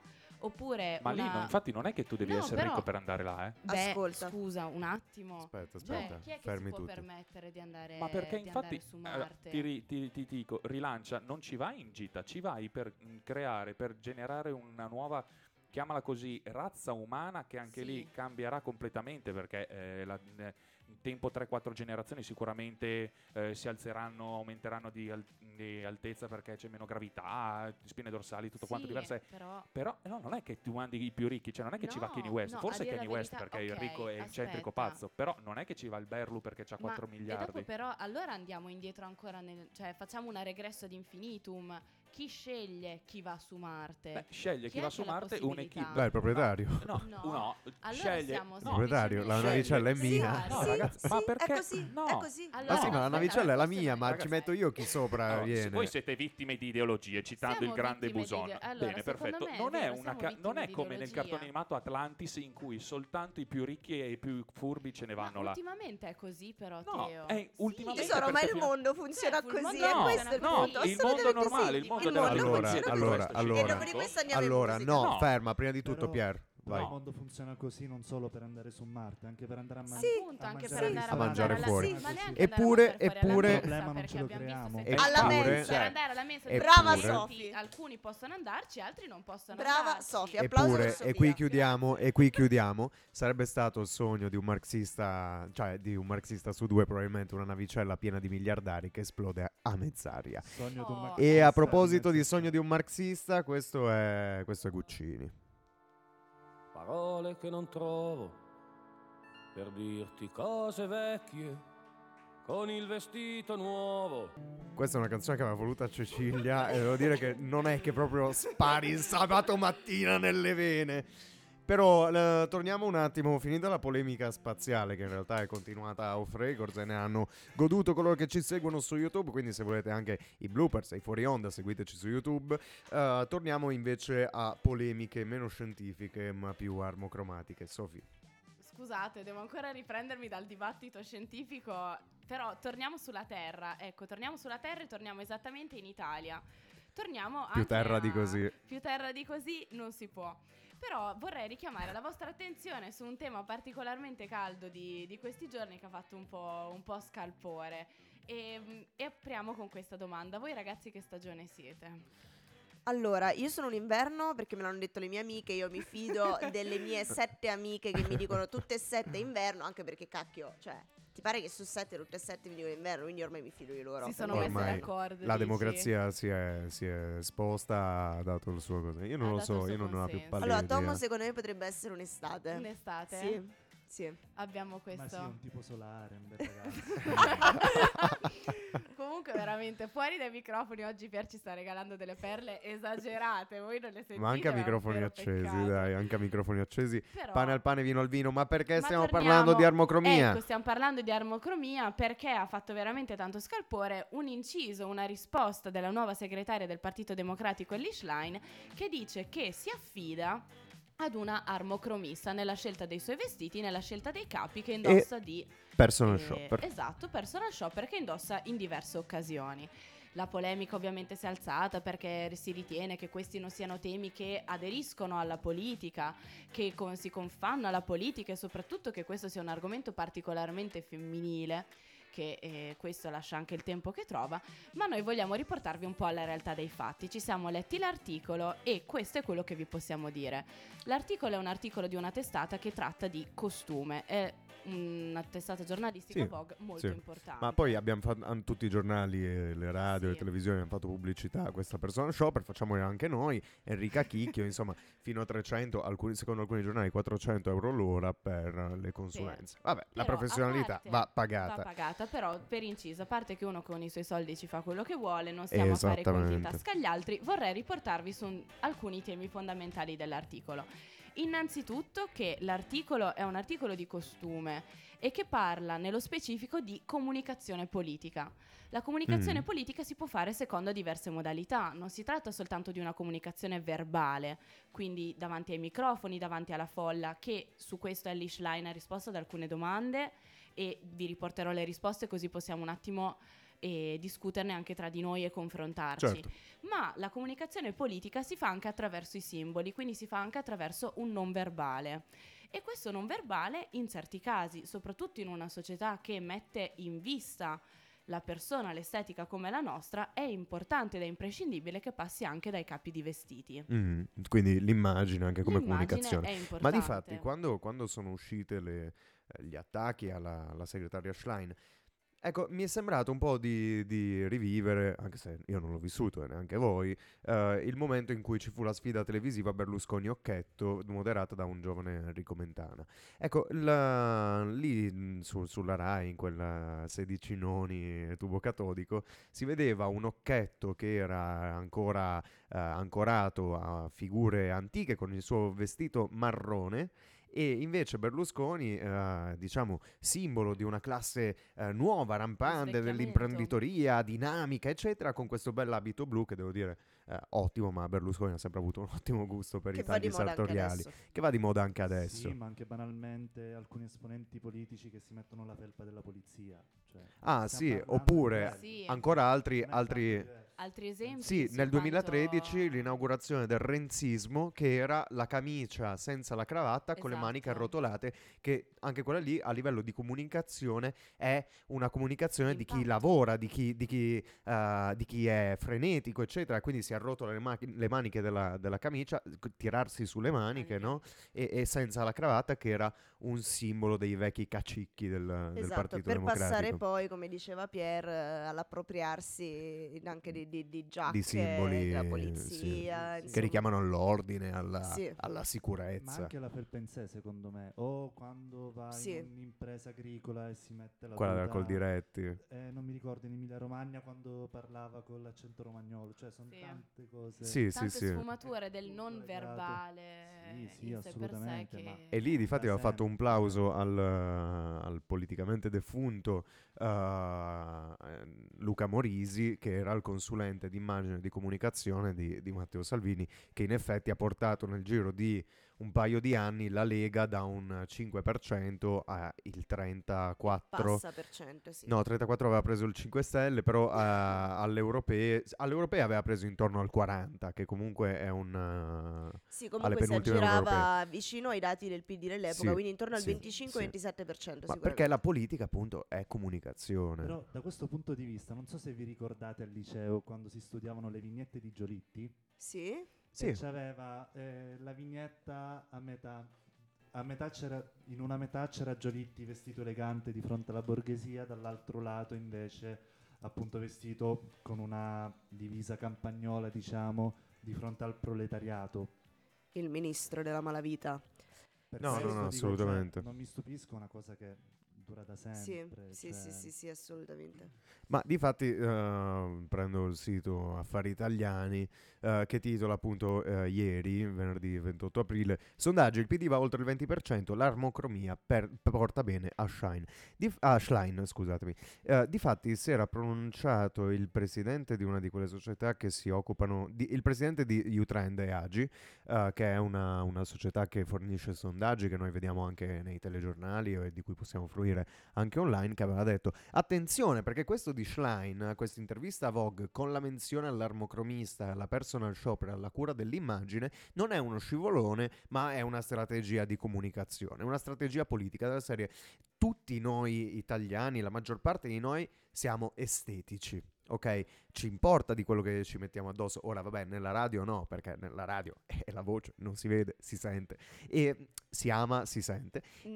Oppure Ma lì, una... no, infatti, non è che tu devi No, essere però- ricco per andare là, eh. Beh, Ascolta. scusa, un attimo. Aspetta, Cioè, aspetta, chi è che fermi si può tutti. permettere di andare, Ma perché di infatti, andare su eh, Marte? ti, ri- ti- ti dico, rilancia, non ci vai in gita, ci vai per mh, creare, per generare una nuova, chiamala così, razza umana che anche Sì. lì cambierà completamente perché eh, la- eh, in tempo tre quattro generazioni sicuramente eh, si alzeranno, aumenteranno di, al- di altezza perché c'è meno gravità, spine dorsali, tutto quanto Sì, diverse. però... Però no, non è che tu mandi i più ricchi, cioè non è che ci va No, Kanye West, no, a forse dire Kanye la West verità, perché è ok, ricco e eccentrico aspetta. pazzo, però non è che ci va il Berlu perché c'ha Ma- quattro E miliardi. dopo però allora andiamo indietro ancora nel, cioè facciamo una regresso ad infinitum. Chi sceglie chi va su Marte? Beh, sceglie chi Chi è va che su ha la Marte possibilità? un'equipe. Beh, il proprietario. No, No. no, Allora sceglie siamo no, Proprietario, la semplicemente- navicella è Sì, mia. sì, No, ragazzi, ma sì, perché- è così, no. è così. Allora, Ma sì, ma la aspetta, navicella è la forse mia, no, ma ragazzi. ci metto io chi sopra Allora, viene. voi siete vittime di ideologie, citando Siamo il grande vittime di Buson. ide- allora, Bene, secondo perfetto. me è Non è, vero, una siamo ca- vittime non è di come nel ideologia. cartone animato Atlantis in cui soltanto i più ricchi e i più furbi ce ne Ma vanno là. ultimamente è così però, No, Teo. è ultimamente Tesoro, ma perché il fino- mondo funziona Certo, il così, mondo è No, questo il funziona no, punto. così. il mondo assolutamente normale, sì. il mondo il della mondo Allora, funziona allora, così. allora. E dopo di questo andiamo in Allora, musica. no, No. ferma, prima di tutto Però- Pier, Però vai. il mondo funziona così non solo per andare su Marte, anche per andare a, man- Sì. Appunto, a anche per mangiare andare a mangiare alla- fuori. sì, ma neanche andare Eppure- a mangiare fuori alla eppure- mensa, Il problema non perché ce lo abbiamo visto creiamo. effettivamente Alla Eppure- mensa. per andare alla mensa Eppure- Brava alcuni- Sofi. alcuni possono andarci, altri non possono Brava andarci. Sofi, applauso per Eppure, Sofia. e qui chiudiamo, e qui chiudiamo, sarebbe stato il sogno di un marxista, cioè di un marxista su due, probabilmente una navicella piena di miliardari che esplode a, a mezz'aria. Sogno di un Oh, ma- E a Ecco. proposito di sogno di un marxista, questo è, questo è Guccini. Parole che non trovo per dirti cose vecchie con il vestito nuovo. Questa è una canzone che aveva voluta Cecilia e devo dire che non è che proprio spari il sabato mattina nelle vene. Però eh, torniamo un attimo, finita la polemica spaziale che in realtà è continuata off records e ne hanno goduto coloro che ci seguono su YouTube, quindi se volete anche i bloopers e i fuori onda seguiteci su YouTube. Eh, torniamo invece a polemiche meno scientifiche ma più armocromatiche. Sofì. Scusate, devo ancora riprendermi dal dibattito scientifico, però torniamo sulla Terra. Ecco, torniamo sulla Terra e torniamo esattamente in Italia. Torniamo Più anche terra a- di così. Più terra di così non si può. Però vorrei richiamare la vostra attenzione su un tema particolarmente caldo di, di questi giorni che ha fatto un po', un po' scalpore. E, e apriamo con questa domanda. Voi ragazzi che stagione siete? Allora, io sono un inverno perché me l'hanno detto le mie amiche, io mi fido delle mie sette amiche che mi dicono tutte e sette inverno, anche perché cacchio, cioè, ti pare che su sette tutte e sette mi dicono inverno, quindi ormai mi fido di loro. Si sono Perché- messe Ormai d'accordo. La dici? democrazia si è, si è esposta, ha dato il suo cosa. Io non Ha lo dato il so, suo io non ho la più consenso. pallida Allora, Tom idea. secondo me potrebbe essere un'estate. Un'estate? Sì, sì. Abbiamo Ma sì, è questo. un tipo solare, un bel ragazzo. Comunque veramente fuori dai microfoni oggi Pier ci sta regalando delle perle esagerate, voi non le sentite. Ma anche a ma è un microfoni vero accesi, peccato. dai, anche a microfoni accesi. Però- Pane al pane, vino al vino. Ma perché Ma stiamo torniamo- parlando di armocromia? Ecco, stiamo parlando di armocromia perché ha fatto veramente tanto scalpore un inciso, una risposta della nuova segretaria del Partito Democratico Elly Schlein che dice che si affida ad una armocromista nella scelta dei suoi vestiti, nella scelta dei capi che indossa di Personal Eh, shopper. Esatto, personal shopper che indossa in diverse occasioni. La polemica ovviamente si è alzata perché si ritiene che questi non siano temi che aderiscono alla politica, che con- si confanno alla politica e soprattutto che questo sia un argomento particolarmente femminile, che eh, questo lascia anche il tempo che trova, ma noi vogliamo riportarvi un po' alla realtà dei fatti. Ci siamo letti l'articolo e questo è quello che vi possiamo dire. L'articolo è un articolo di una testata che tratta di costume, è una testata giornalistica Sì, Vogue molto sì. importante. Ma poi abbiamo fatto an- tutti i giornali, e le radio, Sì. le televisioni hanno fatto pubblicità a questa personal shopper, facciamolo anche noi. Enrica Chicchio, insomma, fino a trecento, alcuni, secondo alcuni giornali quattrocento euro l'ora per le consulenze. Vabbè, la Però, a professionalità parte- va pagata. Va pagata, però per inciso, a parte che uno con i suoi soldi ci fa quello che vuole, non stiamo a fare i conti in Esattamente. tasca agli altri, vorrei riportarvi su un- alcuni temi fondamentali dell'articolo. Innanzitutto che l'articolo è un articolo di costume e che parla nello specifico di comunicazione politica. La comunicazione Mm. politica si può fare secondo diverse modalità, non si tratta soltanto di una comunicazione verbale, quindi davanti ai microfoni, davanti alla folla, che su questo Elly Schlein ha risposto ad alcune domande e vi riporterò le risposte così possiamo un attimo e discuterne anche tra di noi e confrontarci. Certo. Ma la comunicazione politica si fa anche attraverso i simboli, quindi si fa anche attraverso un non verbale. E questo non verbale, in certi casi, soprattutto in una società che mette in vista la persona, l'estetica come la nostra, è importante ed è imprescindibile che passi anche dai capi di vestiti. Mm, quindi l'immagine anche come L'immagine comunicazione. è Ma importante. difatti, quando, quando sono uscite le, eh, gli attacchi alla, alla segretaria Schlein, ecco, mi è sembrato un po' di, di rivivere, anche se io non l'ho vissuto e neanche voi, eh, il momento in cui ci fu la sfida televisiva Berlusconi-Occhetto, moderata da un giovane Enrico Mentana. Ecco, la- lì mh, su- sulla Rai, in quella sedici noni tubo catodico, si vedeva un Occhetto che era ancora eh, ancorato a figure antiche con il suo vestito marrone. E invece Berlusconi, eh, diciamo, simbolo di una classe eh, nuova, rampante, Svecchiamento. dell'imprenditoria, dinamica, eccetera, con questo bell'abito blu che devo dire eh, ottimo, ma Berlusconi ha sempre avuto un ottimo gusto per Che i va di tagli moda anche sartoriali, adesso. che va di moda anche adesso. Sì, ma anche banalmente alcuni esponenti politici che si mettono la felpa della polizia. Cioè, Ah, stiamo sì, parlando oppure di quello. Sì. ancora altri, Non è altri tanto diverso. Altri esempi? Sì, su nel duemilatredici quanto- l'inaugurazione del renzismo, che era la camicia senza la cravatta con le maniche Esatto. arrotolate, che anche quella lì a livello di comunicazione è una comunicazione di chi Impatto. lavora, di chi, di chi, eh, di chi è frenetico, eccetera. Quindi si arrotola le, ma- le maniche della, della camicia, c- tirarsi sulle maniche, Maniche. no? E, e senza la cravatta, che era un simbolo dei vecchi cacicchi del, del Esatto, Partito per Democratico. passare poi, come diceva Pier, eh, all'appropriarsi anche di, di, di giacche Di simboli, della sì. polizia. Sì. Che insomma. richiamano all'ordine, alla, Sì. alla Ma sicurezza. anche la felpa in sé, secondo me. O quando vai Sì. in un'impresa agricola e si mette la Quella del tuta, Coldiretti. eh, non mi ricordo in Emilia Romagna quando parlava con l'accento romagnolo. Cioè, sono Sì. tante cose. Sì, sì, Tante sì. sfumature del non Collegato. verbale Sì, sì, in sé per sé assolutamente, che... ma- E lì difatti Da aveva fatto un sempre. plauso al, al politicamente defunto eh, Luca Morisi, che era il consulente di immagine e di comunicazione di, di Matteo Salvini, che in effetti ha portato nel giro di un paio di anni la Lega da un cinque per cento al trentaquattro Passa per cento, sì. No, trentaquattro aveva preso il cinque Stelle, però eh, alle europee, alle europee aveva preso intorno al quaranta, che comunque è un... eh, Sì, alle comunque si penultime aggirava vicino ai dati del P D dell'epoca, Sì, quindi intorno al sì, venticinque ventisette per cento Ma sicuramente. perché la politica appunto è comunicazione. Però da questo punto di vista, non so se vi ricordate al liceo quando si studiavano le vignette di Giolitti. Sì? Sì. E c'aveva eh, la vignetta a metà. A metà c'era, in una metà c'era Giolitti vestito elegante di fronte alla borghesia, dall'altro lato invece appunto vestito con una divisa campagnola, diciamo, di fronte al proletariato. Il ministro della malavita. Per No, no, questo no, dico, cioè, assolutamente. non mi stupisco, una cosa che dura da Sì, sempre. sì, cioè- sì, sì, sì, assolutamente. Ma difatti eh, prendo il sito Affari Italiani eh, che titola appunto eh, ieri, venerdì ventotto aprile, sondaggio, il P D va oltre il venti per cento, l'armocromia per, porta bene a Schlein. Di, a Schlein, scusatemi. Eh, difatti si era pronunciato il presidente di una di quelle società che si occupano, di, il presidente di Utrend e Agi, eh, che è una, una società che fornisce sondaggi che noi vediamo anche nei telegiornali e di cui possiamo fruire anche online, che aveva detto attenzione perché questo di Schlein, questa intervista a Vogue con la menzione all'armocromista, alla personal shopper, alla cura dell'immagine, non è uno scivolone ma è una strategia di comunicazione, una strategia politica della serie. Tutti noi italiani, la maggior parte di noi siamo estetici, ok? Ci importa di quello che ci mettiamo addosso. Ora vabbè, nella radio no, perché nella radio è la voce, non si vede, si sente e si ama, si sente. No.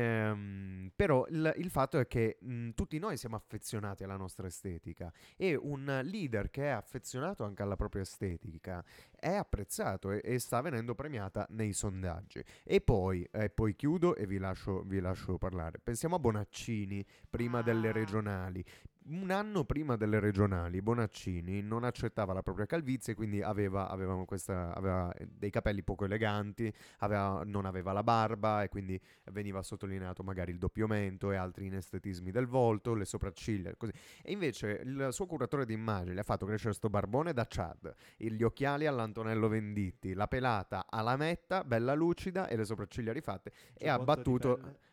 Ehm, però il, il fatto è che mh, tutti noi siamo affezionati alla nostra estetica e un leader che è affezionato anche alla propria estetica è apprezzato e, e sta venendo premiata nei sondaggi. E poi, e poi chiudo e vi lascio, vi lascio parlare. Pensiamo a Bonaccini prima Ah. delle regionali. Un anno prima delle regionali Bonaccini non accettava la propria calvizie, quindi aveva, aveva, questa, aveva dei capelli poco eleganti, aveva, non aveva la barba e quindi veniva sottolineato magari il doppio mento e altri inestetismi del volto, le sopracciglia, così. E invece il suo curatore d'immagine ha fatto crescere sto barbone da Chad, gli occhiali all'Antonello Venditti, la pelata alla Metta, bella lucida e le sopracciglia rifatte e ha Giubbotto di battuto... pelle.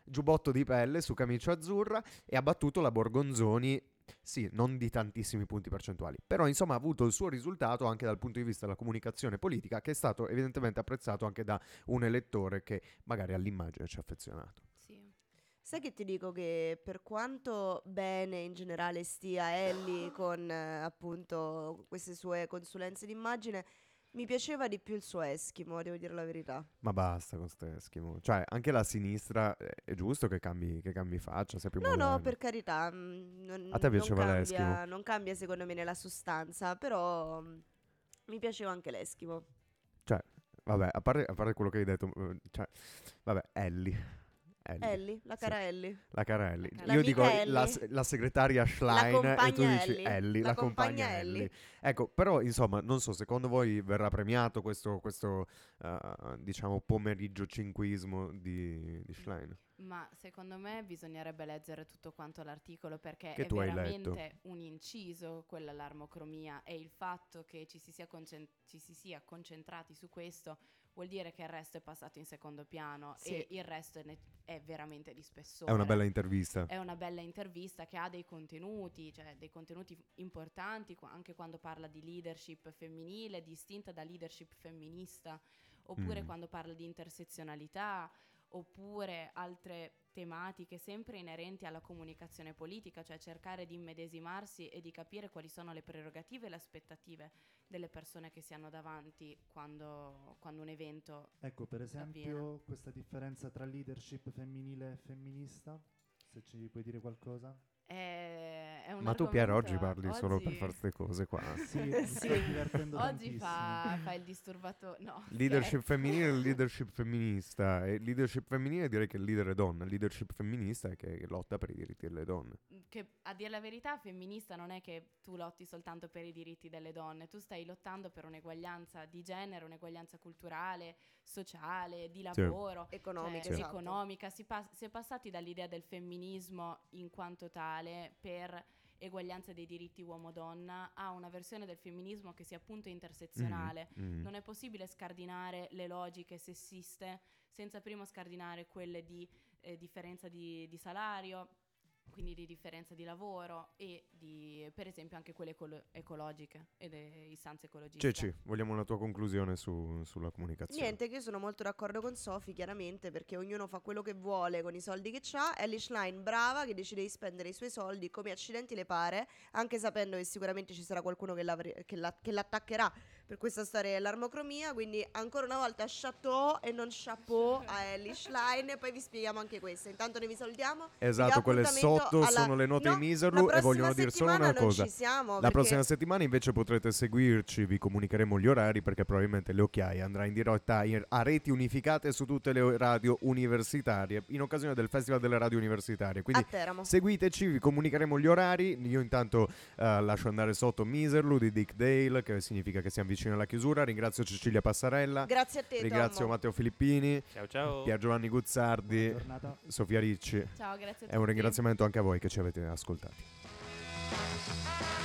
giubbotto di pelle su camicia azzurra e ha battuto la Borgonzoni, sì, non di tantissimi punti percentuali, però insomma ha avuto il suo risultato anche dal punto di vista della comunicazione politica, che è stato evidentemente apprezzato anche da un elettore che magari all'immagine ci ha affezionato. Sì. Sai che ti dico che per quanto bene in generale stia Ellie con eh, appunto queste sue consulenze d'immagine, mi piaceva di più il suo Eschimo, devo dire la verità. Ma basta con ste schimo. Cioè, anche la sinistra eh, è giusto che cambi, che cambi faccia, sia più No, moderna. no, per carità, mm, non, A te piaceva non l'Eschimo? cambia, non cambia secondo me nella sostanza, però mm, mi piaceva anche l'Eschimo. Cioè, vabbè, a parte, a parte quello che hai detto, eh, cioè, vabbè, Ellie. Ellie. Ellie, la cara Ellie. La cara Ellie. La Io cara dico Ellie. la, se- la segretaria Schlein e tu compagna dici Ellie. Ellie, La la, compagna compagna Ellie. Ellie. Ecco, però insomma, non so, secondo voi verrà premiato questo, questo eh, diciamo, pomeriggio cinquismo di, di Schlein? Ma secondo me bisognerebbe leggere tutto quanto l'articolo, perché Che è tu hai veramente letto. un inciso quella l'armocromia, e il fatto che ci si sia, concen- ci si sia concentrati su questo vuol dire che il resto è passato in secondo piano, Sì. e il resto è, ne- è veramente di spessore. È una bella intervista. È una bella intervista che ha dei contenuti, cioè dei contenuti importanti, qu- anche quando parla di leadership femminile distinta da leadership femminista, oppure Mm. quando parla di intersezionalità, oppure altre tematiche sempre inerenti alla comunicazione politica, cioè cercare di immedesimarsi e di capire quali sono le prerogative e le aspettative delle persone che si hanno davanti quando, quando un evento Ecco, per esempio, avviene. questa differenza tra leadership femminile e femminista, se ci puoi dire qualcosa? è, è un Ma tu Pier oggi argomento- parli solo per oggi- fare queste cose qua. Sì, mi Sì. sto divertendo Oggi tantissimo. fa, fa il disturbato. No, Leadership scherzo. femminile e leadership femminista. E leadership femminile direi che il leader è donna. Leadership femminista è che lotta per i diritti delle donne. Che a dire la verità, femminista non è che tu lotti soltanto per i diritti delle donne, tu stai lottando per un'eguaglianza di genere, un'eguaglianza culturale, sociale, di Sì. lavoro, Economica, cioè, Sì. esatto. economica. Si, pas- si è passati dall'idea del femminismo in quanto tale per eguaglianza dei diritti uomo-donna a una versione del femminismo che sia appunto intersezionale. Mm, mm. Non è possibile scardinare le logiche sessiste senza prima scardinare quelle di eh, differenza di, di salario, quindi di differenza di lavoro, e di, per esempio, anche quelle ecolo- ecologiche e le istanze ecologiste. Ceci, vogliamo una tua conclusione su- sulla comunicazione. Niente, che io sono molto d'accordo con Sofi, chiaramente, perché ognuno fa quello che vuole con i soldi che ha. Ellie Schlein, brava, che decide di spendere i suoi soldi come accidenti le pare, anche sapendo che sicuramente ci sarà qualcuno che, l'avre- che la- che l'attaccherà per questa storia dell'armocromia. Quindi, ancora una volta, chateau e non chapeau a Ellie Schlein. E poi vi spieghiamo anche questo. Intanto noi vi salutiamo. Vi Esatto, do quelle appuntamento sotto alla- sono le note No, di Miserlu la e prossima vogliono dire solo settimana una non cosa. ci siamo, La perché- prossima settimana invece potrete seguirci, vi comunicheremo gli orari perché probabilmente Le Occhiaie andrà in diretta in- a reti unificate su tutte le radio universitarie in occasione del Festival delle Radio Universitarie. Quindi a Teramo. seguiteci, vi comunicheremo gli orari. Io intanto eh, lascio andare sotto Miserlu di Dick Dale, che significa che siamo vicini alla chiusura. Ringrazio Cecilia Passarella, Grazie a te, ringrazio Tommo. Matteo Filippini, Ciao ciao. Pier Giovanni Guzzardi, Buona giornata. Sofia Ricci. Ciao, grazie a tutti. E un ringraziamento anche a voi che ci avete ascoltati.